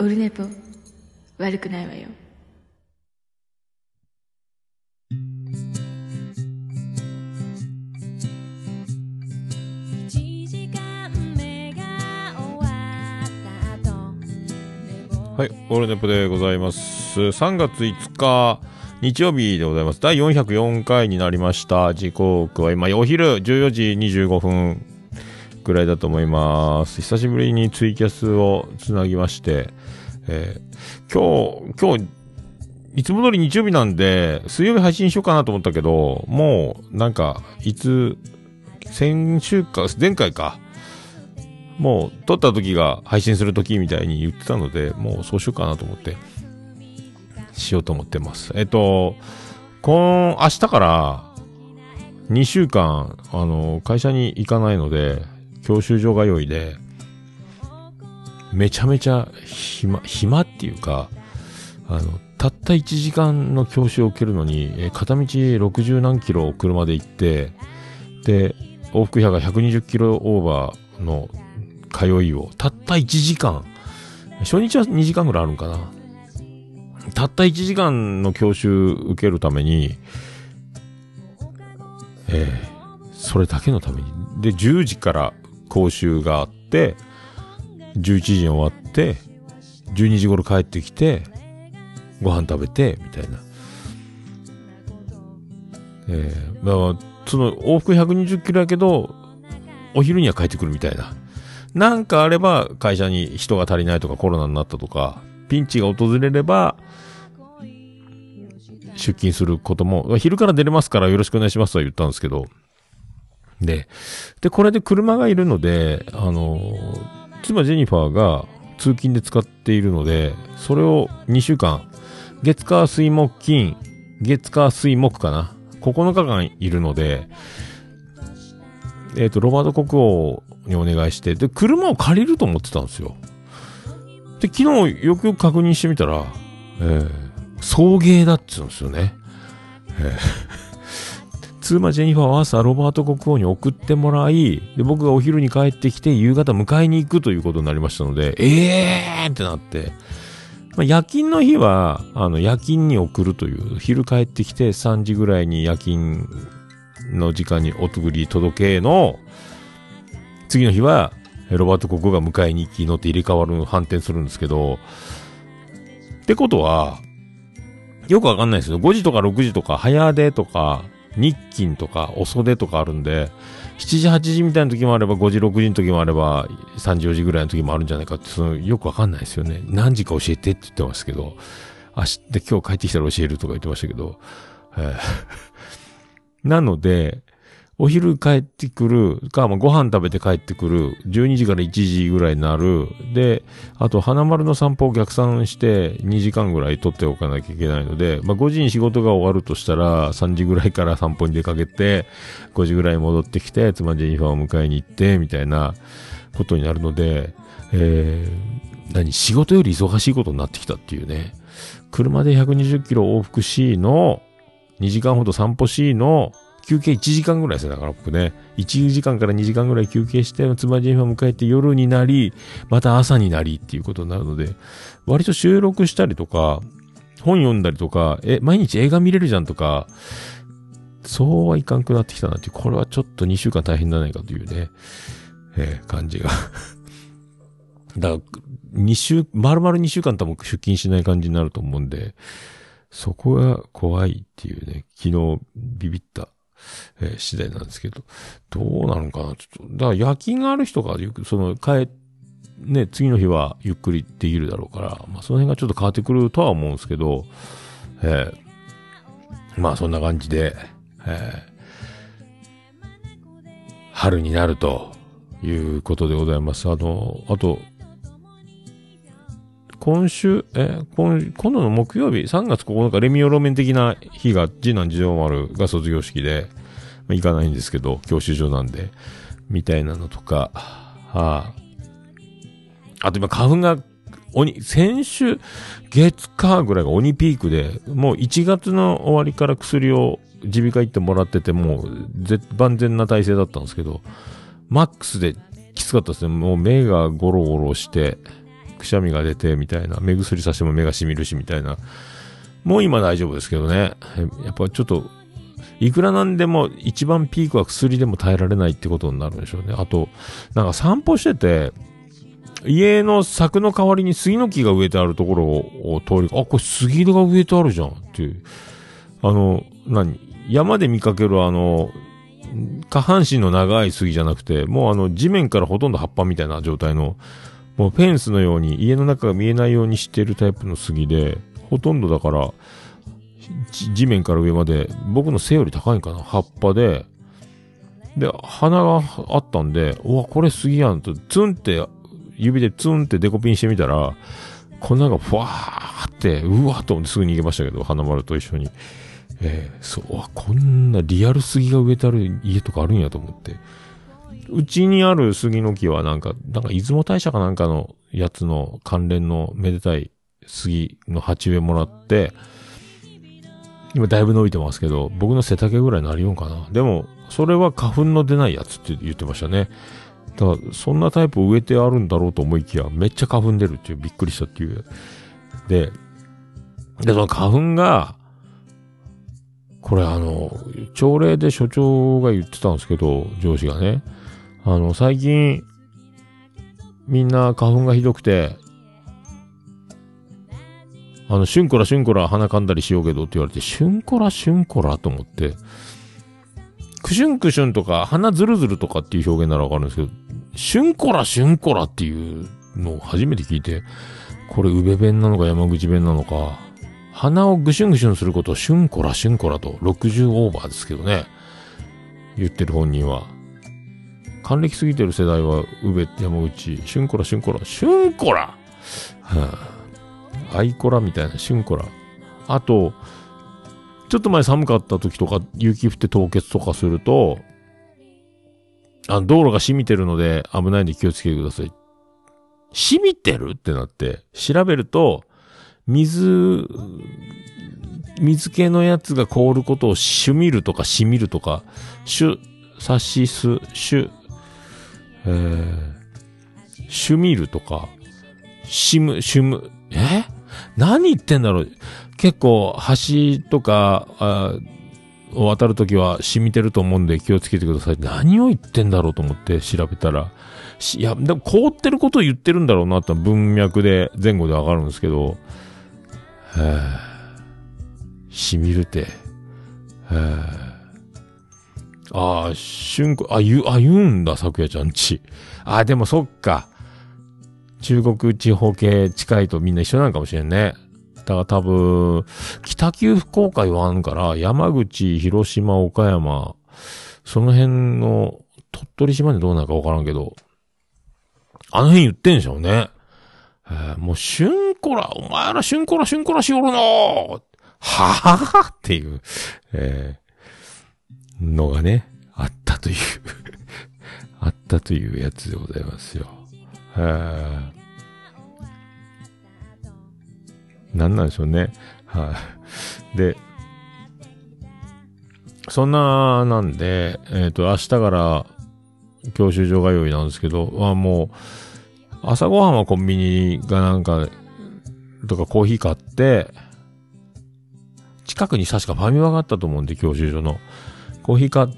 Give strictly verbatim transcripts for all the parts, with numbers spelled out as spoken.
オルネポ悪くないわよ。 はい、オルネポでございます。さんがついつか日曜日でございます。だいよんひゃくよんかいになりました。時刻は今お昼じゅうよじにじゅうごふんぐらいだと思います。久しぶりにツイキャスをつなぎまして、えー、今日今日いつも通り日曜日なんで水曜日配信しようかなと思ったけど、もうなんかいつ先週か前回かもう撮った時が配信する時みたいに言ってたので、もうそうしようかなと思ってしようと思ってます。えっと今明日からにしゅうかんあの会社に行かないので教習所通いでめちゃめちゃ暇暇っていうか、あのたったいちじかんの教習を受けるのに、え片道ろくじゅうなんキロ車で行って、で往復車がひゃくにじゅっキロオーバーの通いをたったいちじかん、初日はにじかんぐらいあるんかな、たったいちじかんの教習受けるために、えー、それだけのためにでじゅうじから講習があってじゅういちじに終わってじゅうにじ頃帰ってきてご飯食べてみたいな、えー、まあその往復ひゃくにじゅっキロやけどお昼には帰ってくるみたいな、なんかあれば会社に人が足りないとかコロナになったとかピンチが訪れれば出勤することも、昼から出れますからよろしくお願いしますとは言ったんですけど、ででこれで車がいるので、あの妻ジェニファーが通勤で使っているので、それをにしゅうかん月火水木金月火水木かなここのかかんいるので、えっとロバート国王にお願いして、で車を借りると思ってたんですよ。で昨日よくよく確認してみたら、えー、送迎だって言うんですよね。えー、妻ジェニファーは朝ロバート国王に送ってもらい、で僕がお昼に帰ってきて夕方迎えに行くということになりましたので、えーってなって、まあ、夜勤の日はあの夜勤に送るという、昼帰ってきてさんじぐらいに夜勤の時間におとぐり届けの、次の日はロバート国王が迎えに行き乗って入れ替わる反転するんですけど、ってことはよくわかんないですよ。ごじとかろくじとか早出とか日勤とか遅出とかあるんで、しちじはちじみたいな時もあればごじろくじの時もあればさんじよじぐらいの時もあるんじゃないかって、そのよくわかんないですよね。何時か教えてって言ってますけど、明日で今日帰ってきたら教えるとか言ってましたけど、えー、なのでお昼帰ってくるか、まあ、ご飯食べて帰ってくるじゅうにじからいちじぐらいになる。であと花丸の散歩を逆算してにじかんぐらい取っておかなきゃいけないので、まあ、ごじに仕事が終わるとしたらさんじぐらいから散歩に出かけてごじぐらいに戻ってきて妻ジェニファーを迎えに行ってみたいなことになるので、えー、何仕事より忙しいことになってきたっていうね。車でひゃくにじゅっキロ往復 C のにじかんほど散歩 C の休憩いちじかんぐらいですね。だから僕ね、いちじかんからにじかんぐらい休憩して、妻ジェニファー迎えて夜になり、また朝になりっていうことになるので、割と収録したりとか、本読んだりとか、え、毎日映画見れるじゃんとか、そうはいかんくなってきたなっていう、これはちょっとにしゅうかん大変じゃないかというね、えー、感じが。だから、に週、丸々にしゅうかん多分出勤しない感じになると思うんで、そこが怖いっていうね、昨日ビビった。えー、次第なんですけど、どうなのかなちょっと、だから夜勤がある人がゆくその帰ね次の日はゆっくりできるだろうから、まあその辺がちょっと変わってくるとは思うんですけど、えー、まあそんな感じで、えー、春になるということでございます。あのあと今週え今今度の木曜日さんがつここのかレミオロメン的な日が次男次女丸が卒業式で、まあ、行かないんですけど教習所なんでみたいなのとか、はあ、あと今花粉が鬼先週月火ぐらいが鬼ピークで、もういちがつの終わりから薬を耳鼻科行ってもらってて、もう絶万全な体制だったんですけど、マックスできつかったですね。もう目がゴロゴロしてくしゃみが出てみたいな、目薬さしても目がしみるしみたいな。もう今大丈夫ですけどね。やっぱちょっと、いくらなんでも一番ピークは薬でも耐えられないってことになるんでしょうね。あと、なんか散歩してて、家の柵の代わりに杉の木が植えてあるところを通り、あ、これ杉が植えてあるじゃんっていう。あの、何山で見かけるあの、下半身の長い杉じゃなくて、もうあの地面からほとんど葉っぱみたいな状態の、もうフェンスのように家の中が見えないようにしているタイプの杉で、ほとんどだから、地面から上まで、僕の背より高いんかな葉っぱで、で、花があったんで、うわ、これ杉やんと、ツンって、指でツンってデコピンしてみたら、粉がふわーって、うわーと思ってすぐ逃げましたけど、花丸と一緒に。えー、そう、こんなリアル杉が植えてある家とかあるんやと思って。うちにある杉の木はなんか、なんか出雲大社かなんかのやつの関連のめでたい杉の鉢植えもらって、今だいぶ伸びてますけど、僕の背丈ぐらいになりようかな。でも、それは花粉の出ないやつって言ってましたね。だから、そんなタイプ植えてあるんだろうと思いきや、めっちゃ花粉出るっていう、びっくりしたっていう。で、で、その花粉が、これあの、朝礼で所長が言ってたんですけど、上司がね、あの、最近、みんな花粉がひどくて、あの、シュンコラシュンコラ鼻かんだりしようけどって言われて、シュンコラシュンコラと思って、クシュンクシュンとか鼻ズルズルとかっていう表現ならわかるんですけど、シュンコラシュンコラっていうのを初めて聞いて、これ宇部弁なのか山口弁なのか、鼻をグシュングシュンすることをシュンコラシュンコラとろくじゅうオーバーですけどね、言ってる本人は。還暦過ぎてる世代は宇部山口、シュンコラシュンコラ、シュンコラ、はあ、アイコラみたいなシュンコラ。あと、ちょっと前寒かった時とか雪降って凍結とかすると、あの道路が染みてるので危ないんで気をつけてください。染みてるってなって調べると、水、水気のやつが凍ることをシュミるとかシミるとか、シュ、サシス、シュ、えー、シュミるとか、シム、シュム、え何言ってんだろう。結構橋とかあを渡るときは染みてると思うんで気をつけてください。何を言ってんだろうと思って調べたら、いや、でも凍ってることを言ってるんだろうなって文脈で前後でわかるんですけど、へぇ、染みるて、へぇ、ああ、瞬間、あ、言う、あ、言うんだ、咲夜ちゃんち。あ、でもそっか。中国地方系近いとみんな一緒なのかもしれんね。だから多分、北九福岡言わんから、山口、広島、岡山、その辺の、鳥取島でどうなるかわからんけど、あの辺言ってんでしょうね。えー、もう、シュンコラ、お前らシュンコラ、シュンコラしよるのーはははっていう、えー、のがね、あったという、あったというやつでございますよ。えー、なんなんでしょうね。はい。で、そんな、なんで、えっと、明日から教習所通いなんですけど、あ、もう、朝ごはんはコンビニがなんか、とかコーヒー買って、近くに確かファミマがあったと思うんで、教習所の。コーヒー買って、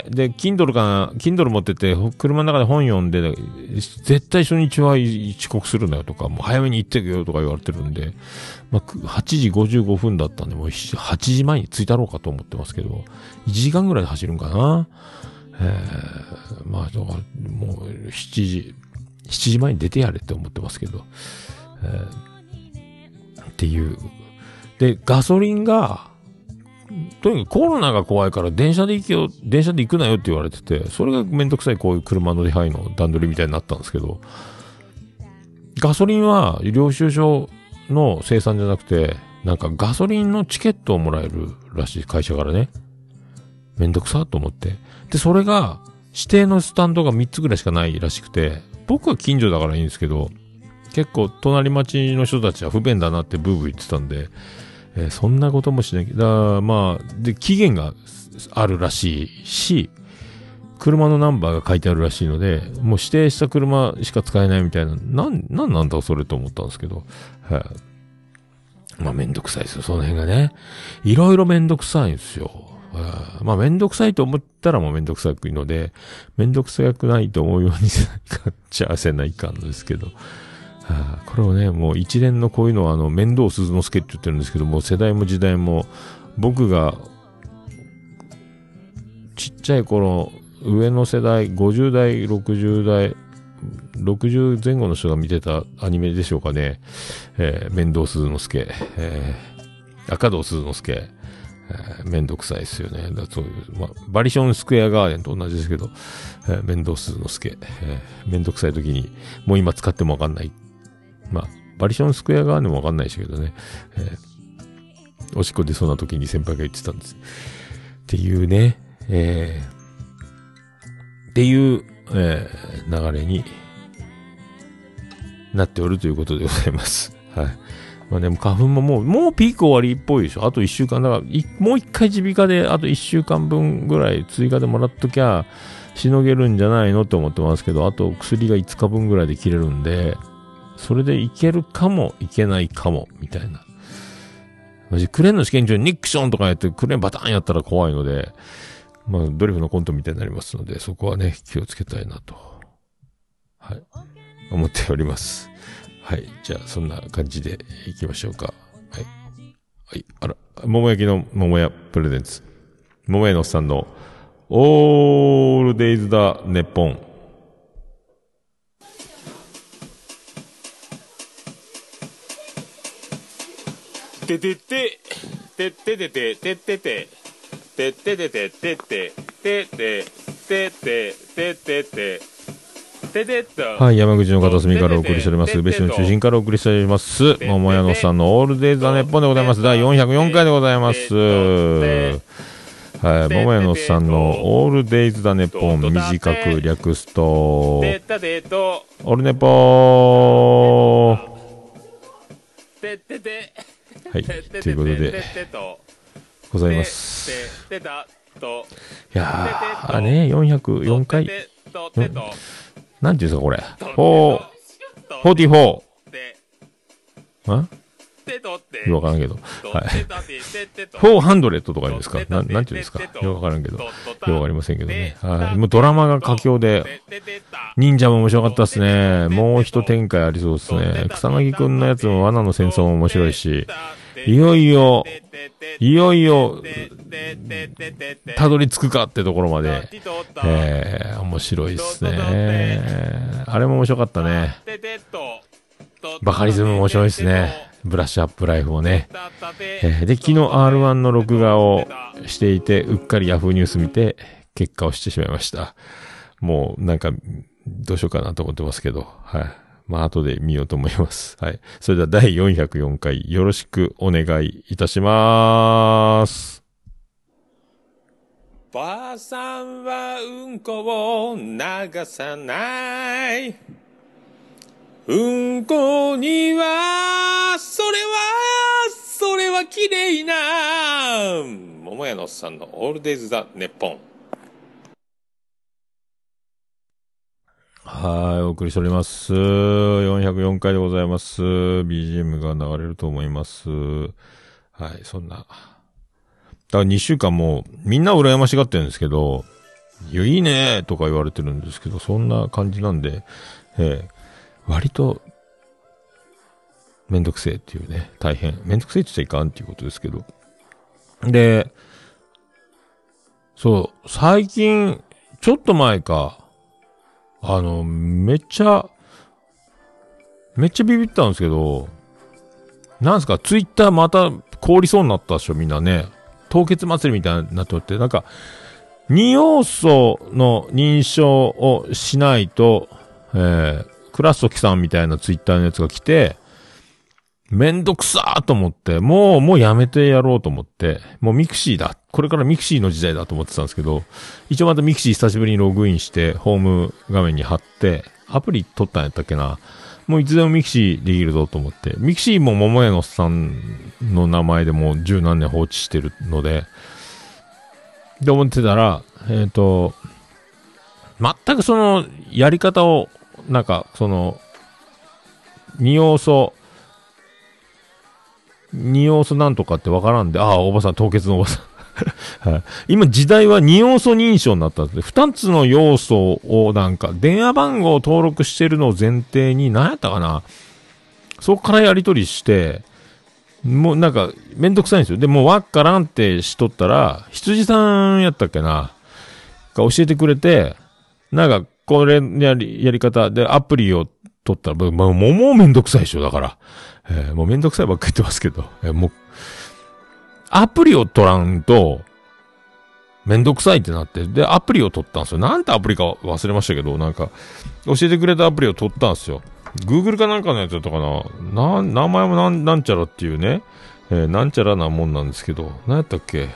で、Kindle かな、Kindle 持ってて、車の中で本読んで、絶対初日は遅刻するんだよとか、もう早めに行ってくよとか言われてるんで、まあ、はちじごじゅうごふんだったんで、もうはちじまえに着いたろうかと思ってますけど、いちじかんぐらいで走るんかな。えー、まあ、だから、もうしちじ、しちじまえに出てやれって思ってますけど、えー、っていう。で、ガソリンが、とにかくコロナが怖いから電車で行けよ、電車で行くなよって言われてて、それがめんどくさいこういう車の手配の段取りみたいになったんですけど、ガソリンは領収書の生産じゃなくて、なんかガソリンのチケットをもらえるらしい、会社からね。めんどくさと思って。で、それが指定のスタンドがみっつぐらいしかないらしくて、僕は近所だからいいんですけど、結構隣町の人たちは不便だなってブーブー言ってたんで、えー、そんなこともしなきゃ、だまあ、で、期限があるらしいし、 車のナンバーが書いてあるらしいので、もう指定した車しか使えないみたいな、なん、なんなんだそれと思ったんですけど、はい。まあめんどくさいですよ、その辺がね。いろいろめんどくさいんですよ。まあめんどくさいと思ったらもうめんどくさくいので、めんどくさくないと思うようにせないかっちゃせないかんですけど、はあ、これをね、もう一連のこういうのはあの面倒鈴之助って言ってるんですけども、世代も時代も僕がちっちゃい頃、上の世代、ごじゅう代、ろくじゅう代、ろくじゅう前後の人が見てたアニメでしょうかね。えー、面倒鈴之助、えー、赤道鈴之助、えー、めんどくさいですよね。だそういう、まあ、バリションスクエアガーデンと同じですけど、えー、面倒鈴之助、えー、めんどくさい時に、もう今使ってもわかんない。まあ、バリションスクエアガーデンもわかんないですけどね。えー、おしっこ出そうな時に先輩が言ってたんです。っていうね、えー、っていう、えー、流れになっておるということでございます。はい。まあでも花粉ももう、もうピーク終わりっぽいでしょ。あと一週間、だから、もう一回耳鼻科であと一週間分ぐらい追加でもらっときゃ、しのげるんじゃないのって思ってますけど、あと薬がいつかぶんぐらいで切れるんで、それでいけるかも、いけないかも、みたいな。マジ、クレーンの試験中にニクションとかやって、クレーンバターンやったら怖いので、まあ、ドリフのコントみたいになりますので、そこはね、気をつけたいなと。はい。思っております。はい。じゃあ、そんな感じでいきましょうか。はい。はい。あら、桃焼きの桃屋プレゼンツ。桃屋のおっさんの、オールデイズだ、ネッポン。ててて、てててて、ててて、てててて、ててて、ててて、ててて、はい、山口の片隅からお送りしております。宇部市の中心からお送りしております。桃屋のさんのオールデイズ・ザ・ネッポンでございます。だいよんひゃくよんかいでございます。はい、桃屋のさんのオールデイズ・ザ・ネッポン、短く略すと、オールネポー。はい、ということで、ございます。いやー、ね、よんひゃくよんかい。なんていうんですか、これ。フォー、フォーティフォー。んよくわからんけど。はい。フォーハンドレットとか言うんですかな、なんていうんですかよくわからんけど。よくわかりませんけどね。はい。もうドラマが佳境で、忍者も面白かったですね。もう一展開ありそうですね。草薙くんのやつも罠の戦争も面白いし、いよいよ、いよいよ、たどり着くかってところまで、えー、面白いですね。あれも面白かったね。バカリズムも面白いですね。ブラッシュアップライフをね。えー、で、昨日 アールワン の録画をしていて、うっかりヤフーニュース見て、結果をしてしまいました。もう、なんか、どうしようかなと思ってますけど、はい。まあ、後で見ようと思います。はい。それではだいよんひゃくよんかいよろしくお願いいたしまーす。ばあさんはうんこを流さない。うんこには、それは、それは綺麗な。桃屋のおっさんのオールデイズ・ザ・ネッポン。はい、お送りしております。よんひゃくよんかいでございます。ビージーエム が流れると思います。はい、そんな。だからにしゅうかんもみんな羨ましがってるんですけど、いや、いいねとか言われてるんですけど、そんな感じなんで、えー、割と、めんどくせえっていうね、大変。めんどくせえって言っちゃいかんっていうことですけど。で、そう、最近、ちょっと前か、あの、めっちゃ、めっちゃビビったんですけど、なんすか、ツイッターまた凍りそうになったでしょ、みんなね。凍結祭りみたいになっておって、なんか、二要素の認証をしないと、えー、クラストキさんみたいなツイッターのやつが来て、めんどくさーと思って、もう、もうやめてやろうと思って、もうミクシーだ。これからミクシーの時代だと思ってたんですけど、一応またミクシー久しぶりにログインして、ホーム画面に貼って、アプリ取ったんやったっけな。もういつでもミクシーできるぞと思って、ミクシーも桃屋のさんの名前でもう十何年放置してるので、で思ってたら、えっと、 全くその、やり方を、なんか、その、二要素、二要素なんとかってわからんで、ああ、おばさん、凍結のおばさん。はい、今、時代は二要素認証になったんです。二つの要素をなんか、電話番号を登録してるのを前提に、何やったかな、そこからやり取りして、もうなんか、めんどくさいんですよ。で、もうわっからんってしとったら、羊さんやったっけな、が教えてくれて、なんか、これやり、やり方でアプリを取ったら、もう、もうもうめんどくさいでしょ、だから。えー、もうめんどくさいばっかり言ってますけど、えー、もう、アプリを取らんと、めんどくさいってなって、で、アプリを取ったんですよ。なんてアプリか忘れましたけど、なんか、教えてくれたアプリを取ったんですよ。Google かなんかのやつだったかな。な、名前もなん、なんちゃらっていうね、えー、なんちゃらなもんなんですけど、何やったっけ。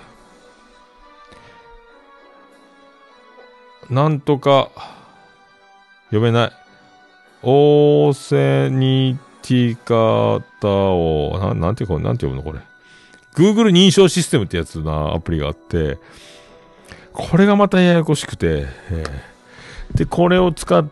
なんとか、読めない。オーセニティカタを、な、なんていうか、なんて読むのこれ。Google 認証システムってやつなアプリがあって、これがまたややこしくて、えー、で、これを使って、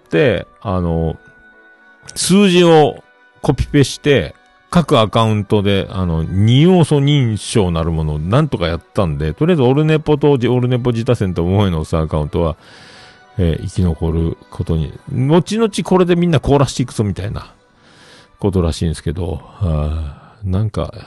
あの、数字をコピペして、各アカウントで、あの、二要素認証なるものをなんとかやったんで、とりあえずオルネポと、オルネポ自他戦と思いのさアカウントは、えー、生き残ることに、後々これでみんな凍らしていくぞみたいなことらしいんですけど、はあ、なんか、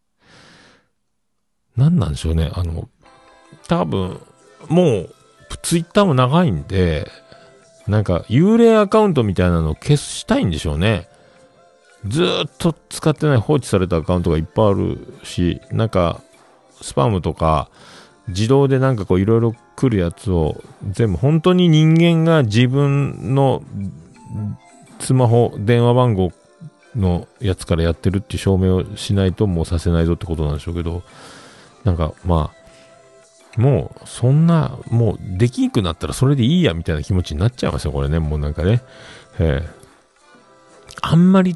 なんなんでしょうね。あの、多分、もう、ツイッターも長いんで、なんか、幽霊アカウントみたいなのを消したいんでしょうね。ずーっと使ってない放置されたアカウントがいっぱいあるし、なんか、スパムとか、自動でなんかこういろいろ来るやつを全部本当に人間が自分のスマホ、電話番号のやつからやってるっていう証明をしないともうさせないぞってことなんでしょうけど、なんかまあ、もうそんな、もうできんくなったらそれでいいやみたいな気持ちになっちゃいますよ、これね。もうなんかね。えー、あんまり、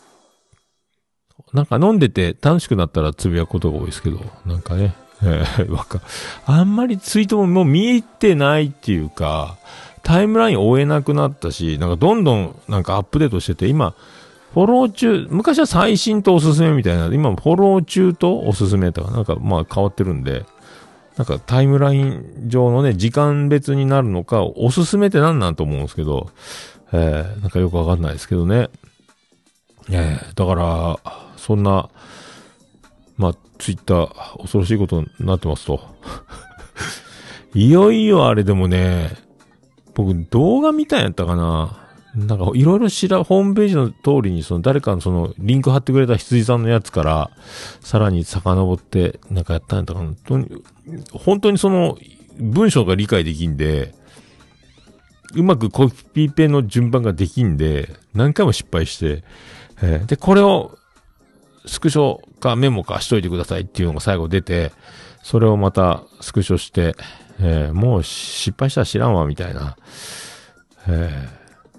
なんか飲んでて楽しくなったらつぶやくことが多いですけど、なんかね。えー、わかあんまりツイートももう見えてないっていうか、タイムライン追えなくなったし、なんかどんどんなんかアップデートしてて、今、フォロー中、昔は最新とおすすめみたいな、今フォロー中とおすすめとかなんかまあ変わってるんで、なんかタイムライン上のね、時間別になるのか、おすすめって何なんと思うんですけど、えー、なんかよくわかんないですけどね。えー、だから、そんな、まあ、ツイッター、恐ろしいことになってますと。いよいよあれでもね、僕動画見たんやったかな。なんかいろいろ知ら、ホームページの通りにその誰かのそのリンク貼ってくれた羊さんのやつから、さらに遡ってなんかやったんやったかな。本当に、本当にその文章が理解できんで、うまくコピペの順番ができんで、何回も失敗して、えー、で、これを、スクショかメモかしといてくださいっていうのが最後出て、それをまたスクショして、えー、もう失敗したら知らんわみたいな、え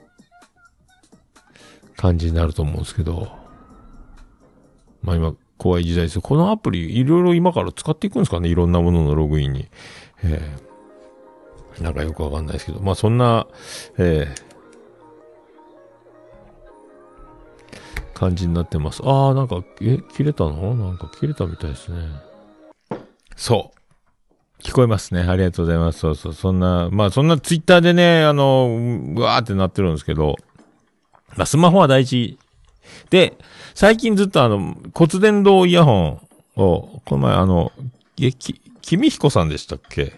ー、感じになると思うんですけど、まあ今怖い時代ですよ。このアプリいろいろ今から使っていくんですかね、いろんなもののログインに、えー、なんかよくわかんないですけど、まあそんな、えー感じになってます。ああ、なんか、え、切れたの？なんか切れたみたいですね。そう。聞こえますね。ありがとうございます。そうそう。そんな、まあそんなツイッターでね、あの、うわーってなってるんですけど、まあスマホは大事。で、最近ずっとあの、骨伝導イヤホンを、この前あの、え、き、君彦さんでしたっけ？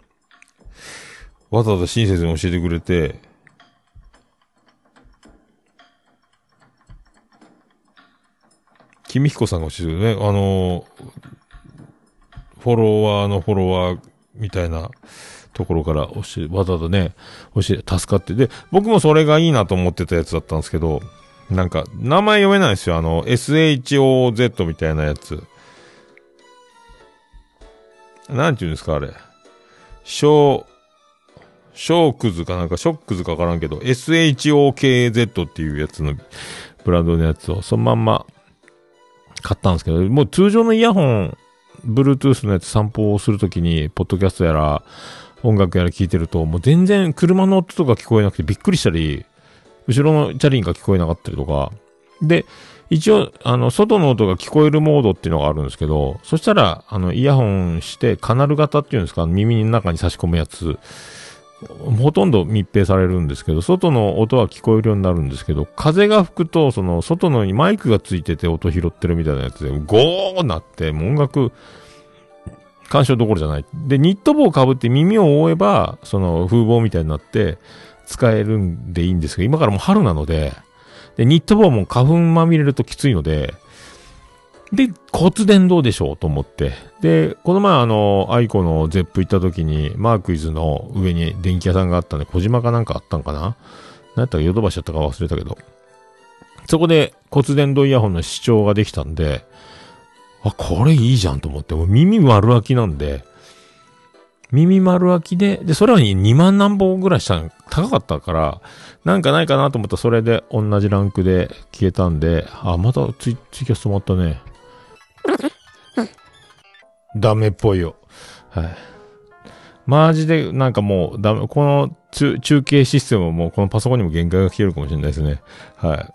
わざわざ親切に教えてくれて、君彦さんが教えてくれてね、あの、フォロワーのフォロワーみたいなところから教え、わざわざね、教え、助かって。で、僕もそれがいいなと思ってたやつだったんですけど、なんか、名前読めないんですよ。あの、エスエイチオーゼット みたいなやつ。なんて言うんですか、あれ。ショー、ショークズかなんか、ショックズかわからんけど、エスエイチオーケーゼット っていうやつの、ブランドのやつを、そのまんま、買ったんですけど、もう通常のイヤホン、Bluetooth のやつ散歩をするときに、ポッドキャストやら、 音楽やら聴いてると、もう全然車の音とか聞こえなくてびっくりしたり、後ろのチャリンが聞こえなかったりとか。で、一応、あの、外の音が聞こえるモードっていうのがあるんですけど、そしたら、あの、イヤホンして、カナル型っていうんですか、耳の中に差し込むやつ、ほとんど密閉されるんですけど、外の音は聞こえるようになるんですけど、風が吹くと、その、外のにマイクがついてて音拾ってるみたいなやつで、ゴーなって、もう音楽、干渉どころじゃない。で、ニット帽をかぶって耳を覆えば、その、風防みたいになって、使えるんでいいんですけど、今からもう春なので、で、ニット帽も花粉まみれるときついので、で、骨伝導でしょうと思って。で、この前あの、アイコのゼップ行った時に、マークイズの上に電気屋さんがあったんで、小島かなんかあったんかななんやったかヨドバシだったか忘れたけど。そこで骨伝導イヤホンの視聴ができたんで、あ、これいいじゃんと思って、もう耳丸開きなんで、耳丸開きで、で、それはにまん何本ぐらいしたの、高かったから、なんかないかなと思ったらそれで同じランクで消えたんで、あ、またツイ、ツイキャス止まったね。ダメっぽいよ。はい。マジで、なんかもう、ダメ、この中、中継システムもこのパソコンにも限界が来てるかもしれないですね。はい。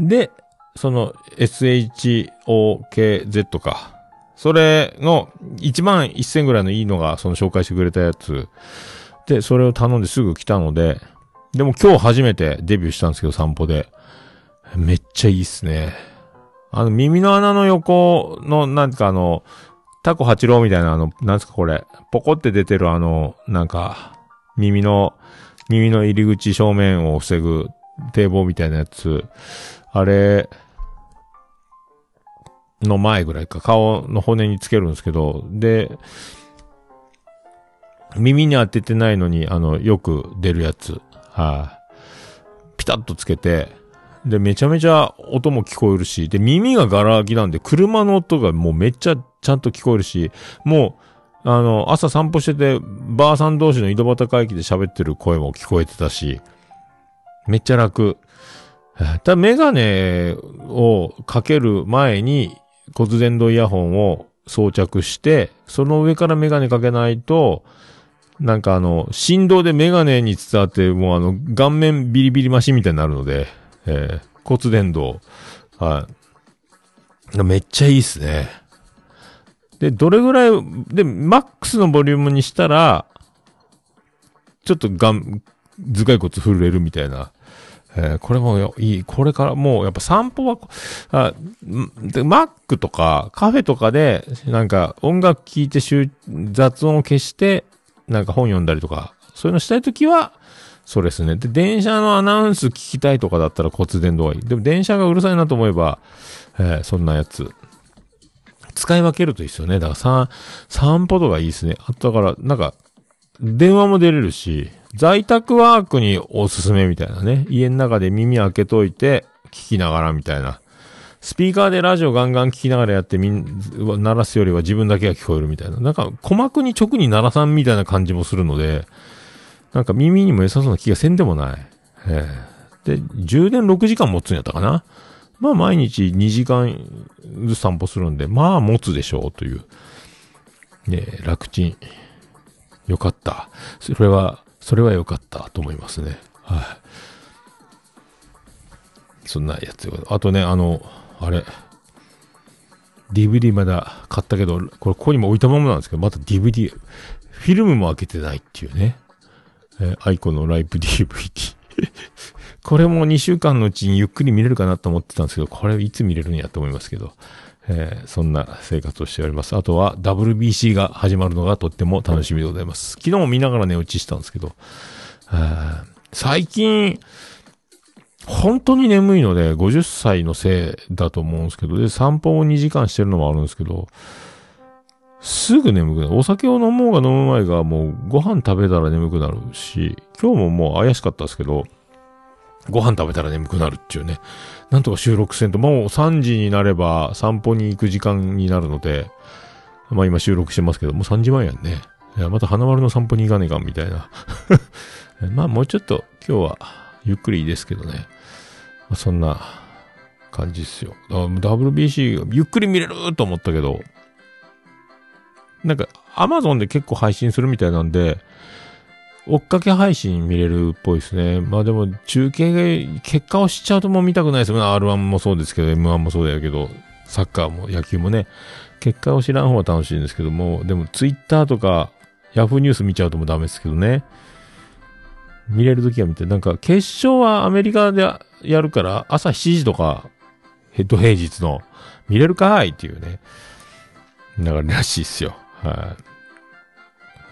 で、その エスエイチオーケーゼット か。それのいちまんせんぐらいのいいのがその紹介してくれたやつ。で、それを頼んですぐ来たので、でも今日初めてデビューしたんですけど、散歩で。めっちゃいいっすね。あの、耳の穴の横の、なんかあの、タコ八郎みたいなあの、なんすかこれ、ポコって出てるあの、なんか、耳の、耳の入り口正面を防ぐ堤防みたいなやつ。あれ、の前ぐらいか、顔の骨につけるんですけど、で、耳に当ててないのに、あの、よく出るやつ。はい、あ、ピタッとつけて、で、めちゃめちゃ音も聞こえるし、で、耳がガラ空きなんで、車の音がもうめっちゃちゃんと聞こえるし、もう、あの、朝散歩してて、ばあさん同士の井戸端会議で喋ってる声も聞こえてたし、めっちゃ楽。ただ、メガネをかける前に、骨伝導イヤホンを装着して、その上からメガネかけないと、なんかあの、振動でメガネに伝わって、もうあの、顔面ビリビリマシンみたいになるので、えー、骨伝導。はい。めっちゃいいっすね。で、どれぐらい、で、マックスのボリュームにしたら、ちょっとがん、頭蓋骨震えるみたいな。えー、これもいい。これからもう、やっぱ散歩は、あ、で、マックとかカフェとかで、なんか音楽聴いて雑音を消して、なんか本読んだりとか、そういうのしたいときは、そうですね。で、電車のアナウンス聞きたいとかだったら骨伝導がいい。でも電車がうるさいなと思えば、えー、そんなやつ。使い分けるといいですよね。だからさ、散歩とかいいですね。あとだから、なんか、電話も出れるし、在宅ワークにおすすめみたいなね。家の中で耳開けといて、聞きながらみたいな。スピーカーでラジオガンガン聞きながらやってみん、鳴らすよりは自分だけが聞こえるみたいな。なんか、鼓膜に直に鳴らさんみたいな感じもするので、なんか耳にも良さそうな気がせんでもない。えー、で、充電ろくじかん持つんやったかな。まあ毎日にじかんずつ散歩するんで、まあ持つでしょうという。ね、楽ちん。よかった。それは、それはよかったと思いますね。はい。そんなやつよ。あとね、あの、あれ。ディーブイディー まだ買ったけど、これここにも置いたままなんですけど、また ディーブイディー、フィルムも開けてないっていうね。えー、アイコのライブ ディーブイディー。これもにしゅうかんのうちにゆっくり見れるかなと思ってたんですけど、これいつ見れるんやと思いますけど、えー、そんな生活をしております。あとは ダブリュービーシー が始まるのがとっても楽しみでございます。昨日も見ながら寝落ちしたんですけど、最近、本当に眠いので、ごじゅっさいのせいだと思うんですけど、で、散歩をにじかんしてるのもあるんですけど、すぐ眠くなる。お酒を飲もうが飲む前がもうご飯食べたら眠くなるし、今日ももう怪しかったですけど、ご飯食べたら眠くなるっていうね。なんとか収録せんと、もうさんじになれば散歩に行く時間になるので、まあ今収録してますけど、もうさんじまえやんね。いやまた花丸の散歩に行かねえかんみたいな。まあもうちょっと今日はゆっくりいいですけどね。まあ、そんな感じですよ。ダブリュービーシー ゆっくり見れると思ったけど、なんかアマゾンで結構配信するみたいなんで、追っかけ配信見れるっぽいですね。まあでも、中継が、結果を知っちゃうともう見たくないですよね。アールワン もそうですけど、エムワン もそうだけど、サッカーも野球もね、結果を知らん方が楽しいんですけども、でもツイッターとか、ヤフーニュース見ちゃうともうダメですけどね。見れるときは見て、なんか決勝はアメリカでやるから朝しちじとかヘッド平日の見れるかーいっていうね。だかららしいっすよ。はい。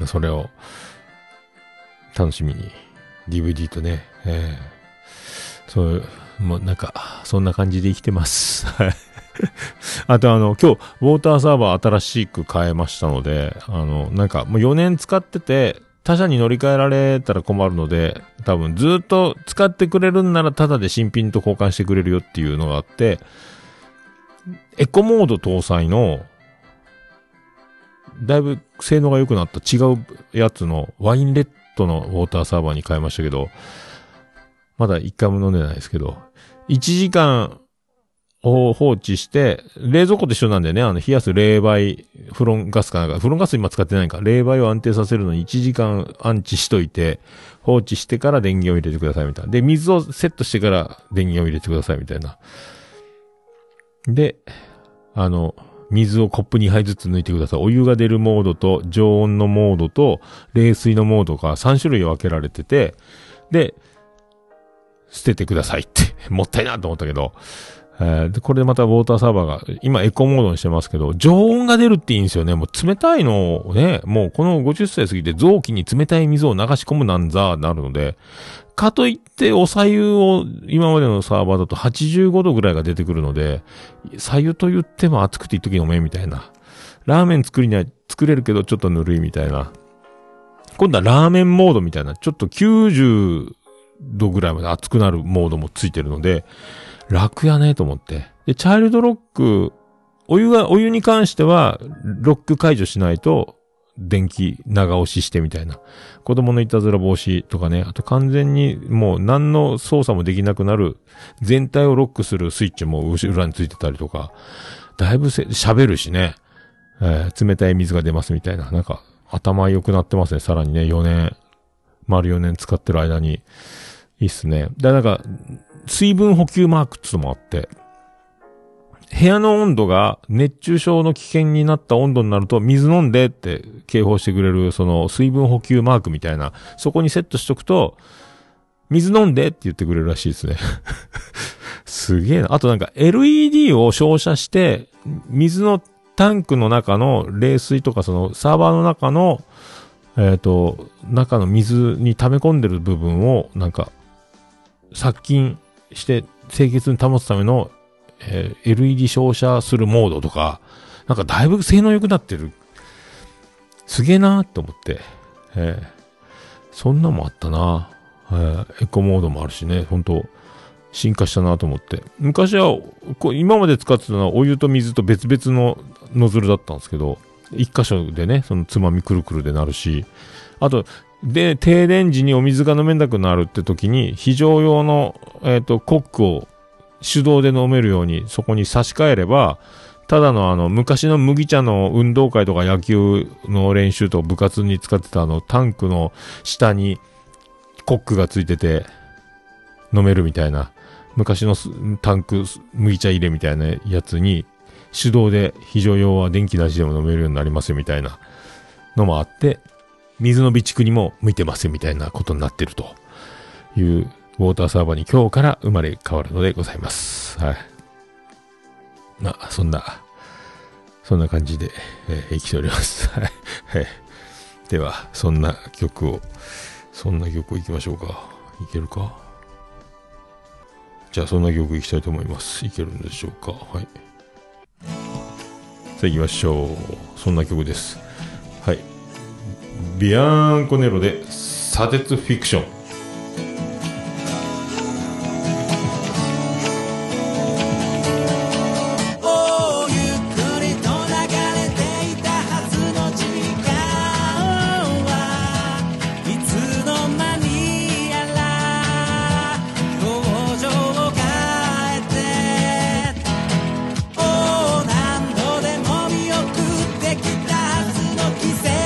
それを楽しみに ディーブイディー とね、えー、そういう、もうなんかそんな感じで生きてます。はい。あとあの今日ウォーターサーバー新しく変えましたので、あのなんかもうよねん使ってて他社に乗り換えられたら困るので、多分ずっと使ってくれるんならタダで新品と交換してくれるよっていうのがあって、エコモード搭載のだいぶ性能が良くなった違うやつのワインレッドのウォーターサーバーに変えましたけど、まだ一回も飲んでないですけど、いちじかんを放置して、冷蔵庫と一緒なんだよね。あの、冷やす冷媒、フロンガスかなんか、フロンガス今使ってないか、冷媒を安定させるのにいちじかん安置しといて、放置してから電源を入れてくださいみたいな。で、水をセットしてから電源を入れてくださいみたいな。で、あの、水をコップにはいずつ抜いてください。お湯が出るモードと常温のモードと冷水のモードがさん種類分けられてて、で、捨ててくださいって、もったいなと思ったけど、えー、で、これでまたウォーターサーバーが、今エコモードにしてますけど、常温が出るっていいんですよね。もう冷たいのをね、もうこのごじゅっさい過ぎて臓器に冷たい水を流し込むなんざなるので、かといってお白湯を今までのサーバーだとはちじゅうごどぐらいが出てくるので、白湯と言っても熱くて一時飲めみたいな。ラーメン作りには作れるけどちょっとぬるいみたいな。今度はラーメンモードみたいな、ちょっときゅうじゅうどぐらいまで熱くなるモードもついてるので、楽やねと思って。で、チャイルドロック、お湯が、お湯に関しては、ロック解除しないと、電気長押ししてみたいな。子供のいたずら防止とかね。あと完全にもう何の操作もできなくなる、全体をロックするスイッチも後ろについてたりとか、だいぶせ、喋るしね、えー、冷たい水が出ますみたいな。なんか、頭良くなってますね。さらにね、よねん、丸よねん使ってる間に。いいっすね。だなんか、水分補給マークってのもあって、部屋の温度が熱中症の危険になった温度になると水飲んでって警報してくれるその水分補給マークみたいな、そこにセットしとくと、水飲んでって言ってくれるらしいですね。すげえな。あとなんか エルイーディー を照射して、水のタンクの中の冷水とかそのサーバーの中の、えっと、中の水に溜め込んでる部分をなんか殺菌して清潔に保つための、えー、エルイーディー 照射するモードとか、なんかだいぶ性能良くなってる。すげえなーって思って、えー、そんなもあったな、えー、エコモードもあるしね、本当進化したなと思って。昔はこう今まで使ってたのはお湯と水と別々のノズルだったんですけど、一箇所でね、そのつまみくるくるでなるし、あとで停電時にお水が飲めなくなるって時に非常用のえっとコックを手動で飲めるようにそこに差し替えれば、ただのあの昔の麦茶の運動会とか野球の練習と部活に使ってたあのタンクの下にコックがついてて飲めるみたいな、昔のタンク麦茶入れみたいなやつに手動で非常用は電気出しでも飲めるようになりますよみたいなのもあって、水の備蓄にも向いてますよみたいなことになってるというウォーターサーバーに今日から生まれ変わるのでございます。はい。まあ、そんな、そんな感じで、えー、生きております。はい。では、そんな曲を、そんな曲を行きましょうか。いけるか。じゃあ、そんな曲行きたいと思います。いけるんでしょうか。はい。さあ行きましょう。そんな曲です。はい。ビアンコネロで、砂鉄フィクション。 季節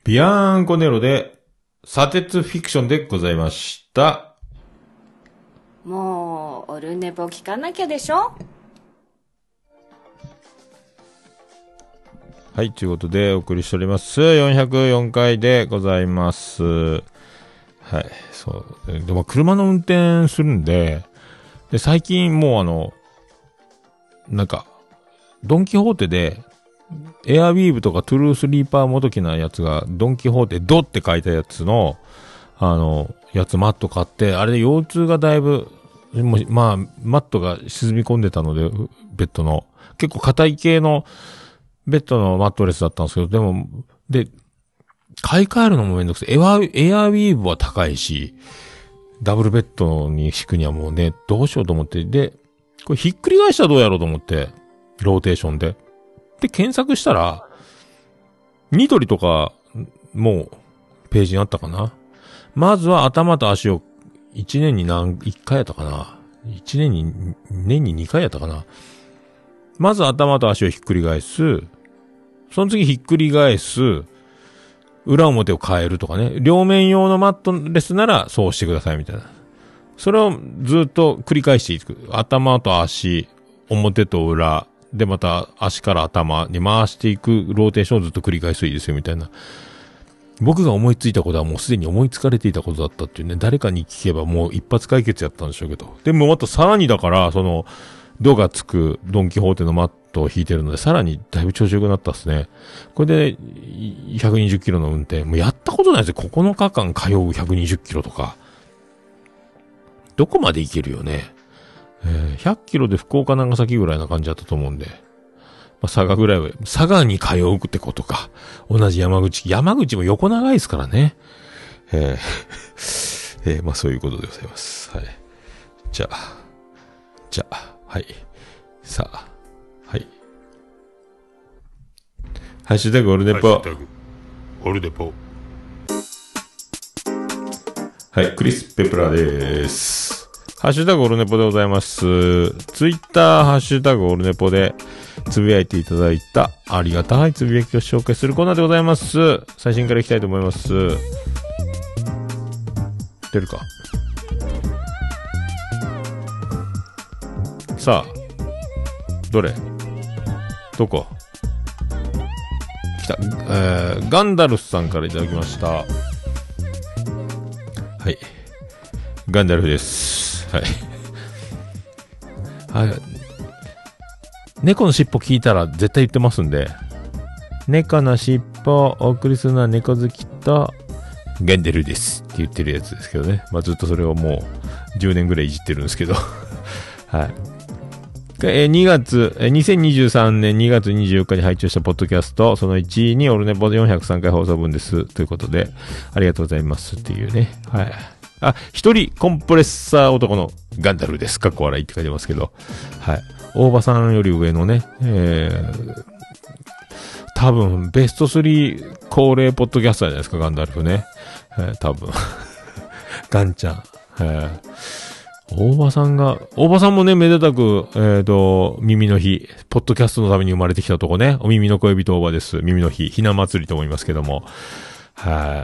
ビアンコネロで、砂鉄フィクションでございました。 もう、オルネポ聞かなきゃでしょ。 はい、ということでお送りしております。よんひゃくよんかいでございます。はい、そう。でも車の運転するんで、で、最近もうあの、なんか、ドンキホーテで、エアウィーヴとかトゥルースリーパーもどきなやつが、ドンキホーテドって書いたやつの、あの、やつマット買って、あれで腰痛がだいぶ、もうまあ、マットが沈み込んでたので、ベッドの、結構硬い系の、ベッドのマットレスだったんですけど、でも、で、買い替えるのもめんどくさい。エア、エアウィーヴは高いし、ダブルベッドに敷くにはもうね、どうしようと思って、で、これひっくり返したらどうやろうと思って、ローテーションで。で、検索したら、ニトリとか、もう、ページにあったかな。まずは頭と足を、いちねんに何、いっかいやったかな。いちねんに、年ににかいやったかな。まず頭と足をひっくり返す。その次ひっくり返す。裏表を変えるとかね。両面用のマットレスならそうしてくださいみたいな。それをずっと繰り返していく。頭と足、表と裏。で、また足から頭に回していくローテーションをずっと繰り返すといいですよみたいな。僕が思いついたことはもうすでに思いつかれていたことだったっていうね。誰かに聞けばもう一発解決やったんでしょうけど。でもまたさらにだから、その、ドがつくドンキホーテのマットを引いてるので、さらにだいぶ調子良くなったっすね。これで、ひゃくにじゅっキロの運転。もうやったことないですよ。ここのかかん通うひゃくにじゅっキロとか。どこまで行けるよね。えー、ひゃっキロで福岡長崎ぐらいな感じだったと思うんで。まあ、佐賀ぐらいは、佐賀に通うってことか。同じ山口。山口も横長いですからね。えー、えー、まあそういうことでございます。はい。じゃあ、じゃあ、はい。さあ、はい。ハッシュタグオルネポ。ハッシュタグオルネポ。はい、クリス・ペプラです。ハッシュタグオルネポでございます。ツイッターハッシュタグオルネポでつぶやいていただいたありがたいつぶやきを紹介するコーナーでございます。最新からいきたいと思います。出るか。さあ、どれどこ来た、えー、ガンダルスさんからいただきました。はい。ガンダルフです。はい。はい。猫の尻尾聞いたら絶対言ってますんで、猫の尻尾をお送りするのは猫好きとガンダルですって言ってるやつですけどね。まあずっとそれをもうじゅうねんぐらいいじってるんですけど。はい。えー、にがつ、えー、にせんにじゅうさんねんにがつにじゅうよっかに配信したポッドキャスト、そのいちいにオルネポよんひゃくさんかい放送分です。ということで、ありがとうございますっていうね。はい。あ、一人コンプレッサー男のガンダルです。かっこ笑いって書いてますけど。はい。大場さんより上のね、えー、多分、ベストスリー恒例ポッドキャスターじゃないですか、ガンダルフね。えー、多分。ガンちゃん。えー大場さんが、大場さんもね、めでたく、えっと、耳の日、ポッドキャストのために生まれてきたとこね、お耳の恋人大場です。耳の日、ひな祭りと思いますけども、はい、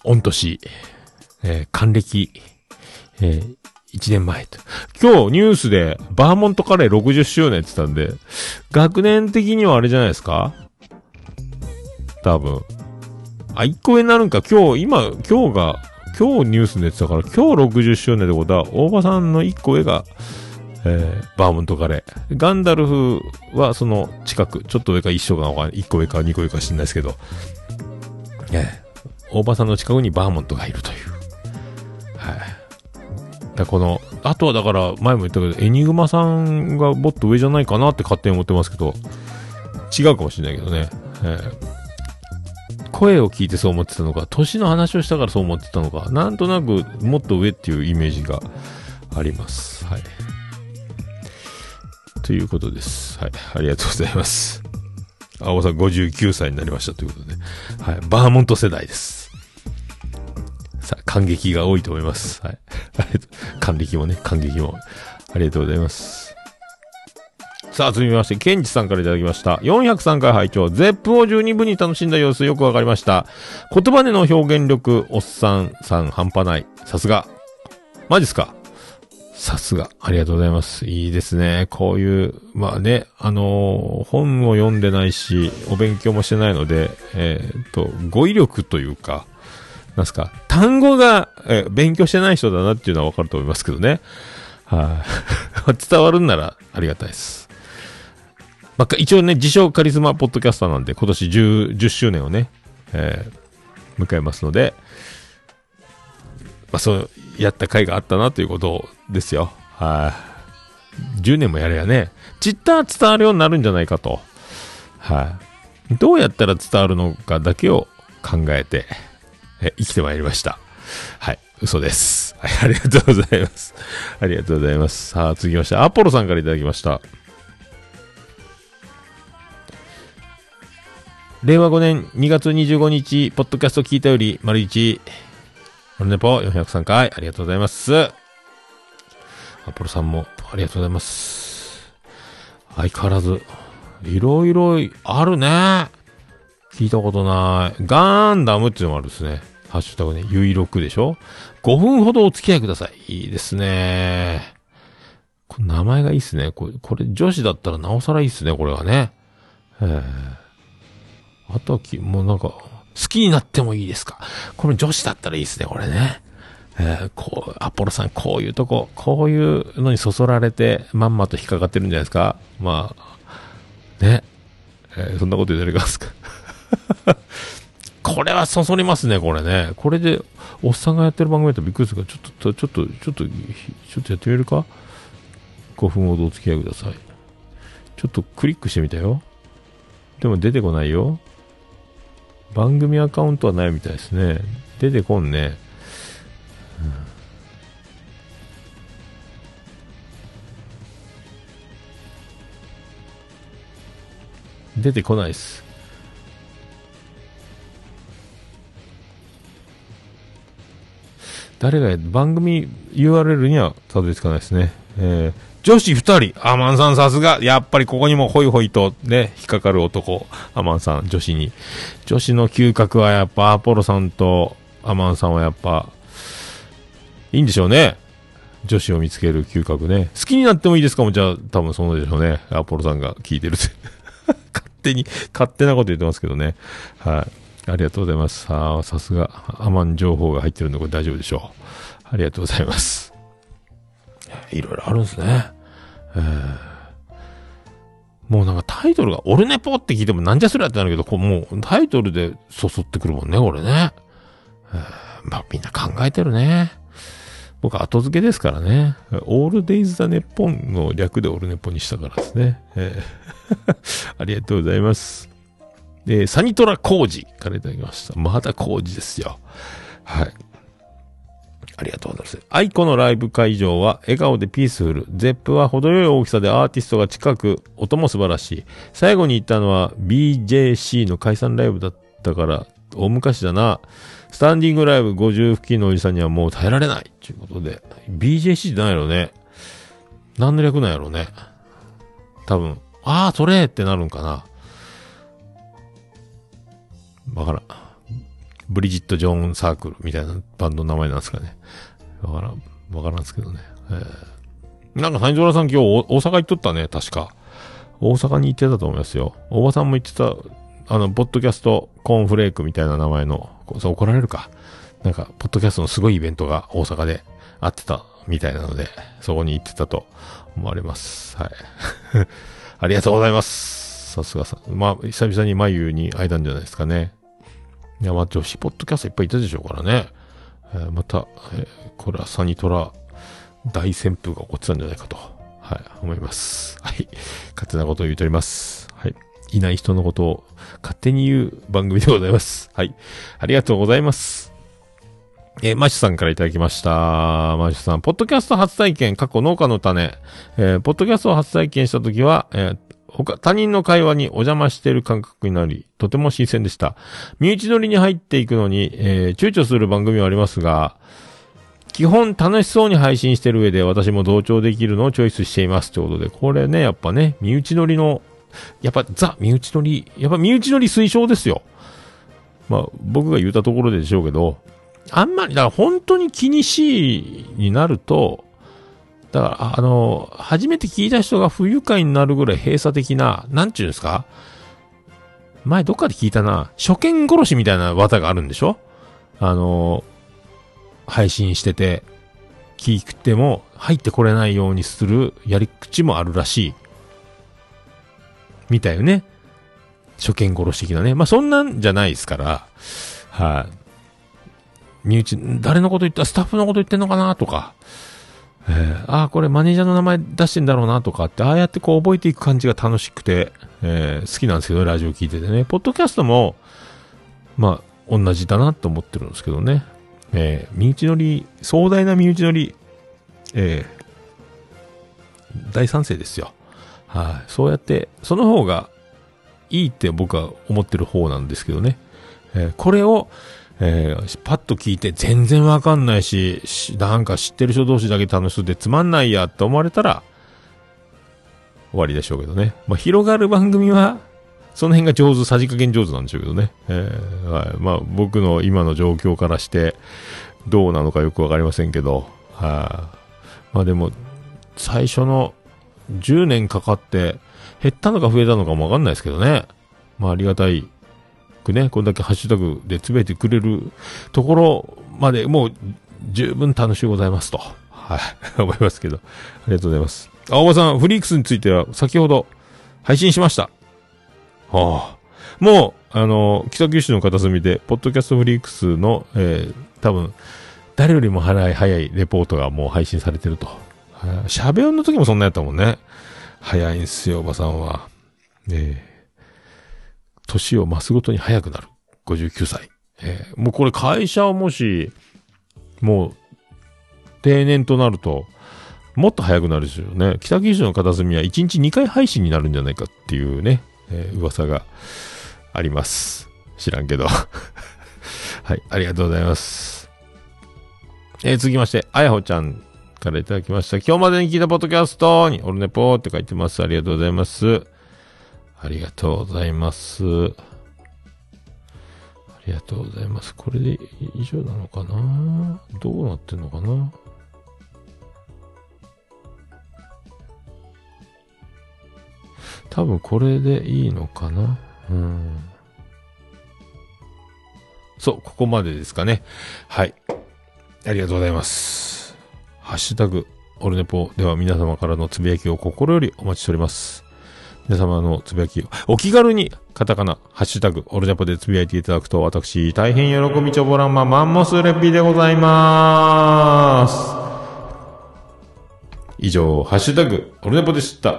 御年、えー、還暦、えー、いちねんまえと。今日ニュースで、バーモントカレーろくじゅっしゅうねんって言ったんで、学年的にはあれじゃないですか？多分。あ、いっこ上になるんか、今日、今、今日が、今日ニュースに出てたから、今日ろくじゅっしゅうねんってことは、大場さんのいっこ上が、えー、バーモントカレー。ガンダルフはその近く、ちょっと上か一緒かわかんない。いっこ上かにこ上か知んないですけど、えー、大場さんの近くにバーモントがいるという。はい。だこの、あとはだから、前も言ったけど、エニグマさんがもっと上じゃないかなって勝手に思ってますけど、違うかもしれないけどね。えー声を聞いてそう思ってたのか、年の話をしたからそう思ってたのか、なんとなくもっと上っていうイメージがあります。はい。ということです。はい。ありがとうございます。青さんごじゅうきゅうさいになりましたということで。はい。バーモント世代です。さあ、感激が多いと思います。はい。ありがとう。感激もね、感激も。ありがとうございます。 さあ、続きまして、ケンジさんからいただきました。よんひゃくさんかい拝聴。ゼップを十二分に楽しんだ様子よくわかりました。言葉での表現力、おっさんさん半端ない。さすが。マジっすか？さすが。ありがとうございます。いいですね。こういう、まあね、あのー、本を読んでないし、お勉強もしてないので、えー、っと、語彙力というか、なんすか、単語が、えー、勉強してない人だなっていうのはわかると思いますけどね。はい、あ、伝わるんならありがたいです。まあ、一応ね、自称カリスマポッドキャスターなんで、今年じゅう、じゅっしゅうねんをね、えー、迎えますので、まあ、そう、やった回があったなということですよ。はい。じゅうねんもやれやね、ちった伝わるようになるんじゃないかと。はい。どうやったら伝わるのかだけを考えて、え生きてまいりました。はい。嘘です。はい。ありがとうございます。ありがとうございます。さあ、続きまして、アポロさんからいただきました。れいわごねんにがつにじゅうごにち、ポッドキャスト聞いたより、丸一、オルネポよんひゃくさんかい、ありがとうございます。アポロさんもありがとうございます。相変わらず、いろいろあるね。聞いたことない。ガンダムっていうのもあるんですね。ハッシュタグね、ゆいろくでしょ ?ご 分ほどお付き合いください。いいですね。これ名前がいいっすね。これ、これ女子だったらなおさらいいっすね、これはね。へー、あとはき、もうなんか、好きになってもいいですか。これ女子だったらいいですね、これね。えー、こう、アポロさん、こういうとこ、こういうのにそそられて、まんまと引っかかってるんじゃないですか。まあ、ね。えー、そんなこと言うとあれますか。これはそそりますね、これね。これで、おっさんがやってる番組だったらびっくりするから、ちょっと、ちょっと、ちょっと、ちょっとやってみるか。ごふんほどお付き合いください。ちょっとクリックしてみたよ。でも出てこないよ。番組アカウントはないみたいですね。出てこんね。うん、出てこないです。誰が番組 ユーアールエル にはたどり着かないですね。えー、女子二人、アマンさんさすが、やっぱりここにもホイホイとね、引っかかる男、アマンさん、女子に。女子の嗅覚はやっぱアポロさんとアマンさんはやっぱ、いいんでしょうね。女子を見つける嗅覚ね。好きになってもいいですかも、じゃあ多分そうでしょうね。アポロさんが聞いてるって。勝手に、勝手なこと言ってますけどね。はい。ありがとうございます。さあ、さすが、アマン情報が入ってるんでこれ大丈夫でしょう。ありがとうございます。いろいろあるんですね。えー、もうなんかタイトルがオルネポって聞いてもなんじゃそりゃってなるけど、こうもうタイトルでそそってくるもんね、これね。えー、まあみんな考えてるね。僕後付けですからね。オールデイズザネッポンの略でオルネポにしたからですね。えー、ありがとうございます。えー、サニトラ工事からいただきました。まだ工事ですよ。はい。ありがとうございます。アイコのライブ会場は笑顔でピースフル。ゼップは程よい大きさでアーティストが近く、音も素晴らしい。最後に行ったのは ビージェーシー の解散ライブだったから、大昔だな。スタンディングライブごじゅう付近のおじさんにはもう耐えられない。ということで。ビージェーシー って何やろうね。何の略なんやろうね。多分。あー、それってなるんかな。わからん。ブリジット・ジョーン・サークルみたいなバンドの名前なんですかね。わからん。わからんですけどね。えー、なんか、サニトラさん今日大阪行っとったね、確か。大阪に行ってたと思いますよ。大場さんも言ってた、あの、ポッドキャストコーンフレークみたいな名前の、そう怒られるか。なんか、ポッドキャストのすごいイベントが大阪であってたみたいなので、そこに行ってたと思われます。はい。ありがとうございます。さすがさん。まあ、久々に眉に会えたんじゃないですかね。いや、まあ、女子ポッドキャストいっぱいいたでしょうからね。えー、また、えー、これはサニトラ大旋風が起こってたんじゃないかと、はい、思います。はい。勝手なことを言うとおります。はい。いない人のことを勝手に言う番組でございます。はい。ありがとうございます。えー、マシュさんからいただきました。マシュさん、ポッドキャスト初体験、過去農家の種。えー、ポッドキャストを初体験したときは、えー他、他人の会話にお邪魔している感覚になり、とても新鮮でした。身内乗りに入っていくのに、えー、躊躇する番組はありますが、 基本楽しそうに配信してる上で私も同調できるのをチョイスしていますということで、これね、やっぱね、身内乗りの、やっぱザ、身内乗り、やっぱ身内乗り推奨ですよ。まあ、僕が言ったところでしょうけど、あんまり、だから本当に気にしいになると、だから、あの、初めて聞いた人が不愉快になるぐらい閉鎖的な、なんちゅうんですか？前どっかで聞いたな、初見殺しみたいな技があるんでしょ？あの、配信してて、聞いても入ってこれないようにするやり口もあるらしい。みたいよね。初見殺し的なね。まあ、そんなんじゃないですから、はい、身内、誰のこと言った、スタッフのこと言ってんのかなとか、えー、ああ、これマネージャーの名前出してんだろうなとかって、ああやってこう覚えていく感じが楽しくて、えー、好きなんですけど、ラジオ聞いててね。ポッドキャストも、まあ、同じだなと思ってるんですけどね。えー、身内乗り、壮大な身内乗り、えー、大賛成ですよ。はい、そうやって、その方がいいって僕は思ってる方なんですけどね。えー、これを、えー、パッと聞いて全然わかんないし、し、なんか知ってる人同士だけ楽しそうでつまんないやって思われたら、終わりでしょうけどね。まあ、広がる番組は、その辺が上手、さじ加減上手なんでしょうけどね。えー、はい。まあ、僕の今の状況からして、どうなのかよくわかりませんけど、はい。まあでも、最初のじゅうねんかかって、減ったのか増えたのかもわかんないですけどね。まあ、ありがたいくね、これだけハッシュタグでつぶやいてくれるところまで、もう、十分楽しゅうございますと。はい。思いますけど。ありがとうございます。青葉さん、フリークスについては、先ほど、配信しました。はあ、もう、あの、北九州の片隅で、ポッドキャストフリークスの、えー、多分、誰よりも早い、早いレポートがもう配信されてると。喋音の時もそんなやったもんね。早いんすよ、おばさんは。えー、年を増すごとに早くなる。ごじゅうきゅうさい。えー、もうこれ会社をもし、もう、定年となると、もっと早くなるでしょうね。北九州の片隅はいちにちにかい配信になるんじゃないかっていうね。えー、噂があります。知らんけど。はい、ありがとうございます。えー、続きまして、あやほちゃんからいただきました。今日までに聞いたポッドキャストに、オルネポーって書いてます。ありがとうございます。ありがとうございます。ありがとうございます。これで以上なのかな？どうなってんのかな？多分これでいいのかな。うん。そう、ここまでですかね。はい。ありがとうございます。ハッシュタグ、オルネポでは皆様からのつぶやきを心よりお待ちしております。皆様のつぶやきを、お気軽にカタカナ、ハッシュタグ、オルネポでつぶやいていただくと、私、大変喜びちょぼらんまマンモスレピでございます。以上、ハッシュタグ、オルネポでした。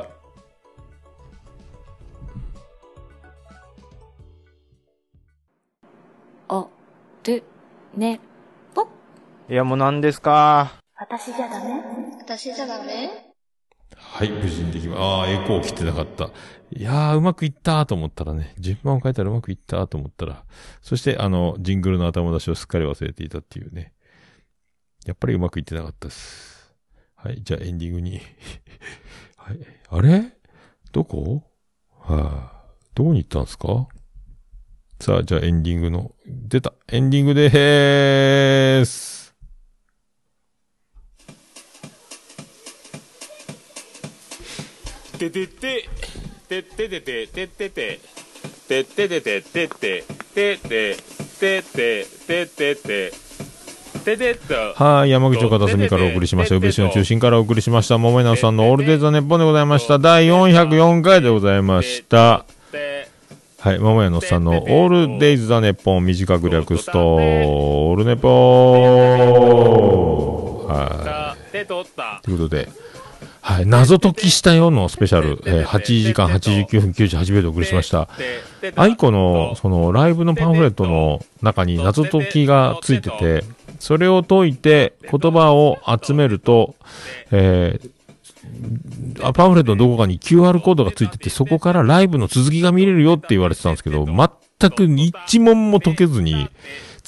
お、る、ね、ぽ。 いや、もう何ですか？ 私じゃダメ？ 私じゃダメ？ はい、無事にできま、ああ、エコー切ってなかった。いやー、うまくいったーと思ったらね、順番を変えたらうまくいったーと思ったら、そしてあの、ジングルの頭出しをすっかり忘れていたっていうね。やっぱりうまくいってなかったです。はい、じゃあエンディングに。はい、あれ？どこ？はあ、どこに行ったんですか？さあ、じゃあエンディングの、出た！エンディングでーす！ ててて、てててて、ててて、てててて、ててて、ててて、ててて、ててと。 はい、山口の片隅からお送りしました。宇部市の中心からお送りしました。桃井直さんのオールデイズ・ザ・ネッポンでございました。だいよんひゃくよんかいでございました。はい、桃屋のさんのオールデイズ・ザ・ネッポン短く略すと、オールネポー。はい。ということで、はい、謎解きしたよのスペシャル、えー、はちじかんはちじゅうきゅうふんきゅうじゅうはちびょうでお送りしました。アイコの、その、ライブのパンフレットの中に謎解きがついてて、それを解いて言葉を集めると、えー、パンフレットのどこかに キューアール コードがついてて、そこからライブの続きが見れるよって言われてたんですけど、全く一問も解けずに、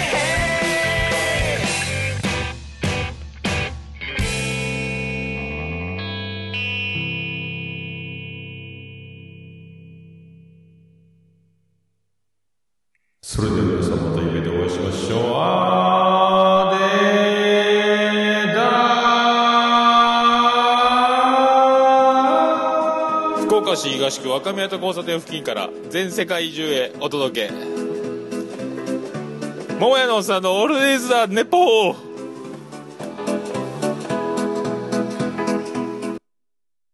それでは皆さんまた夢でお会いしましょう。あーでーだー。福岡市東区若宮と交差点付近から全世界中へお届け。桃屋のおっさんのオールディーズ・ザ・ネポー。